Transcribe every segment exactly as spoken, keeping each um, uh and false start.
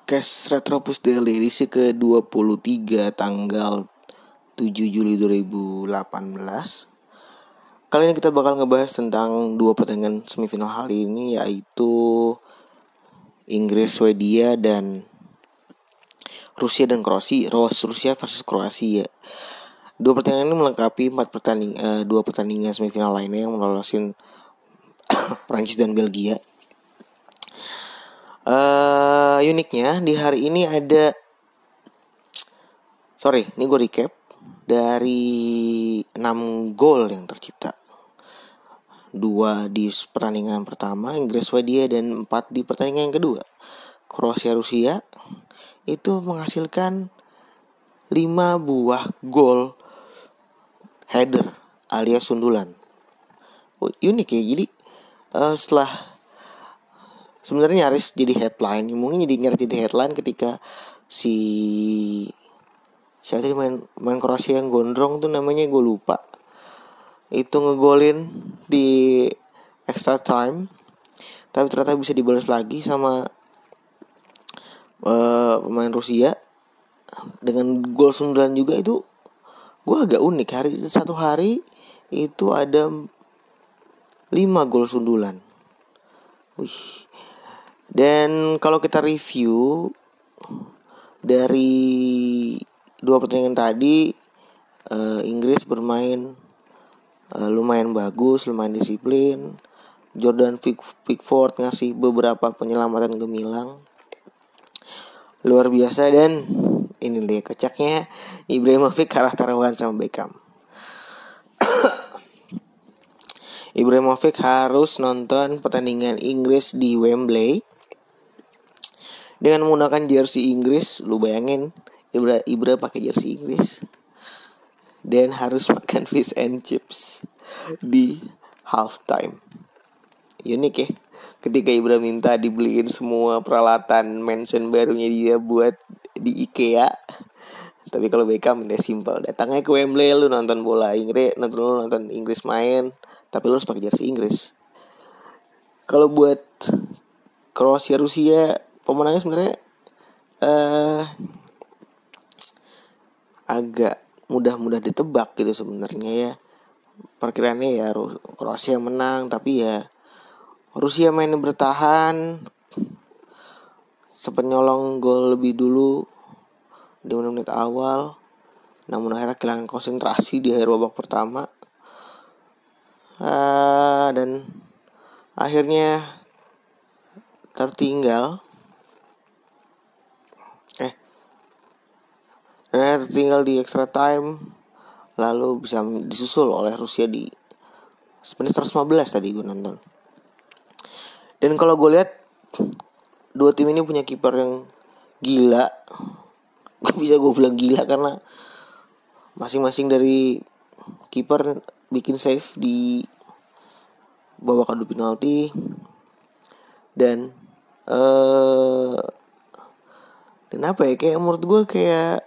podcast Retropus Daily edisi ke dua puluh tiga tanggal tujuh Juli dua ribu delapan belas. Kali ini kita bakal ngebahas tentang dua pertandingan semifinal hari ini, yaitu Inggris Swedia dan Rusia dan Kroasia. Rusia versus Kroasia. Dua pertandingan ini melengkapi empat pertanding uh, dua pertandingan semifinal lainnya yang melolosin Prancis dan Belgia. Uh, uniknya di hari ini ada Sorry, ini gue recap dari enam gol yang tercipta. Dua di pertandingan pertama Inggris Swedia dan empat di pertandingan yang kedua Kroasia Rusia. Itu menghasilkan lima buah gol header alias sundulan. Oh, unik ya. Jadi uh, setelah sebenarnya nyaris jadi headline, mungkin jadi nyaris jadi headline ketika si siapa tadi main main Kroasia yang gondrong tuh namanya gue lupa, itu ngegolin di extra time, tapi ternyata bisa dibalas lagi sama uh, pemain Rusia dengan gol sundulan juga. Itu gue agak unik, hari satu hari itu ada lima gol sundulan. Wih. Dan kalau kita review dari dua pertandingan tadi, uh, Inggris bermain uh, lumayan bagus, lumayan disiplin. Jordan Pickford ngasih beberapa penyelamatan gemilang luar biasa, dan ini deh kocaknya, Ibrahimovic kalah taruhan sama Beckham. Ibrahimovic harus nonton pertandingan Inggris di Wembley dengan menggunakan jersey Inggris. Lu bayangin, Ibra Ibra pakai jersey Inggris dan harus makan fish and chips di halftime. Unik ya. Ketika Ibra minta dibeliin semua peralatan mansion barunya dia buat di IKEA, tapi kalau Beckham minta simple, datangnya ke Wembley, lu nonton bola Inggris, nonton lu nonton Inggris main, tapi lu harus pakai jersey Inggris. Kalau buat Kroasia Rusia, pemenangnya sebenarnya uh, agak mudah-mudah ditebak gitu sebenarnya ya. Perkiraannya ya Kroasia menang, tapi ya Rusia main bertahan, sempat nyolong gol lebih dulu di menit-menit awal, namun akhirnya kehilangan konsentrasi di akhir babak pertama. Uh, dan akhirnya tertinggal eh dan tertinggal di extra time, lalu bisa disusul oleh Rusia di menit seratus lima belas tadi gue nonton. Dan kalau gue lihat dua tim ini punya kiper yang gila. Gue bisa gue bilang gila karena masing-masing dari kiper bikin save di babak adu penalti. Dan eh dan apa ya, kayak menurut gue kayak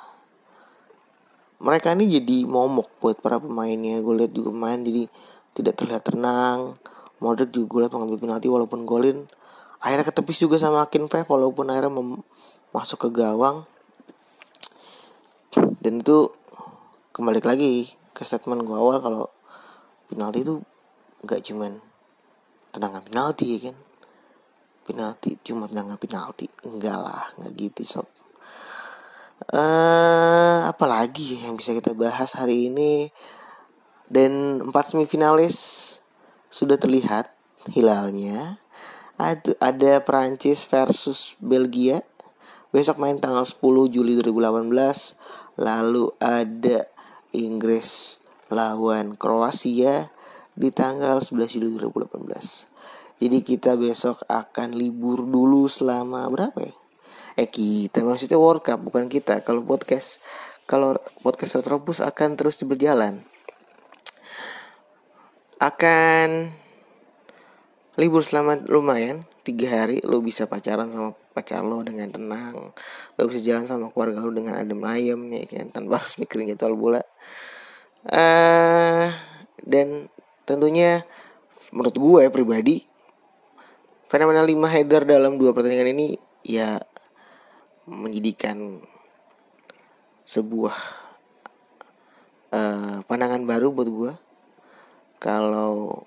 mereka ini jadi momok buat para pemainnya. Gue lihat juga main jadi tidak terlihat tenang. Modric juga gue lihat mengambil penalti walaupun golin, akhirnya ketepis juga sama Akinfeev walaupun akhirnya mem- masuk ke gawang. Dan itu kembali lagi ke statement gue awal, kalau penalti itu gak cuman tendangan penalti ya kan. Penalti cuma tendangan penalti, enggak lah, gak gitu sob. Uh, apalagi yang bisa kita bahas hari ini. Dan empat semifinalis sudah terlihat hilalnya. Ada, ada Prancis versus Belgia besok main tanggal sepuluh Juli dua ribu delapan belas. Lalu ada Inggris lawan Kroasia di tanggal sebelas Juli dua ribu delapan belas. Jadi kita besok akan libur dulu selama berapa ya? Eh kita maksudnya World Cup, bukan kita. Kalau podcast Kalau podcast Retropus akan terus berjalan, akan libur selama lumayan tiga hari. Lo bisa pacaran sama pacar lo dengan tenang, lo bisa jalan sama keluarga lo dengan adem ayem ya kan, tanpa harus mikirin jadwal bola. uh, Dan tentunya menurut gue ya pribadi, fenomena lima header dalam dua pertandingan ini ya menjadikan sebuah uh, pandangan baru buat gue. Kalau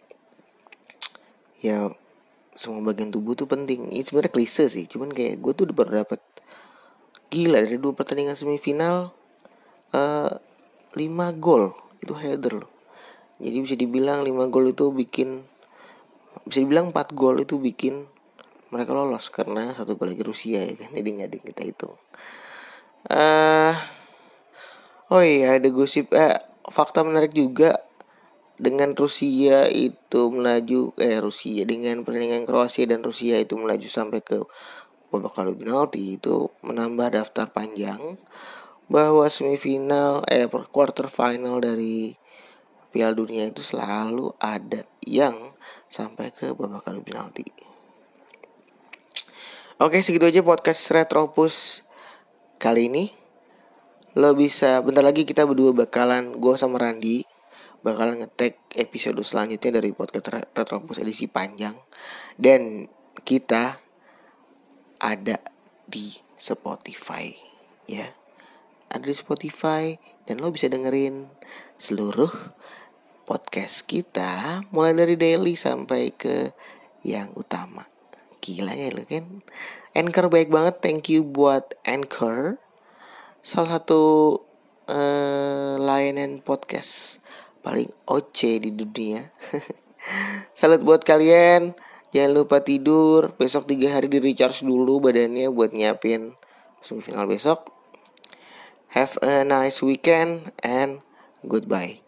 ya semua bagian tubuh tuh penting. Ini sebenarnya klise sih, cuman kayak gue tuh udah berdapat gila dari dua pertandingan semifinal uh, lima gol itu header loh. Jadi bisa dibilang lima gol itu bikin, bisa dibilang empat gol itu bikin mereka lolos karena satu gol lagi Rusia ya kan. Jadi nggak ada kita hitung. Uh, oh iya ada gosip eh fakta menarik juga. Dengan Rusia itu melaju eh Rusia dengan pertandingan Kroasia dan Rusia itu melaju sampai ke babak adu penalti, itu menambah daftar panjang bahwa semifinal eh quarter final dari Piala Dunia itu selalu ada yang sampai ke babak adu penalti. Oke, segitu aja podcast Retropus kali ini. Lo bisa, bentar lagi kita berdua bakalan, gue sama Randi bakalan nge-tag episode selanjutnya dari podcast Retropus edisi panjang. Dan kita ada di Spotify ya. Ada di Spotify dan lo bisa dengerin seluruh podcast kita mulai dari daily sampai ke yang utama. Gila ya lo kan. Anchor baik banget, thank you buat Anchor. Salah satu uh, layanan podcast paling O C di dunia. Salut buat kalian. Jangan lupa tidur. Besok tiga hari di recharge dulu badannya buat nyiapin semifinal besok. Have a nice weekend and goodbye.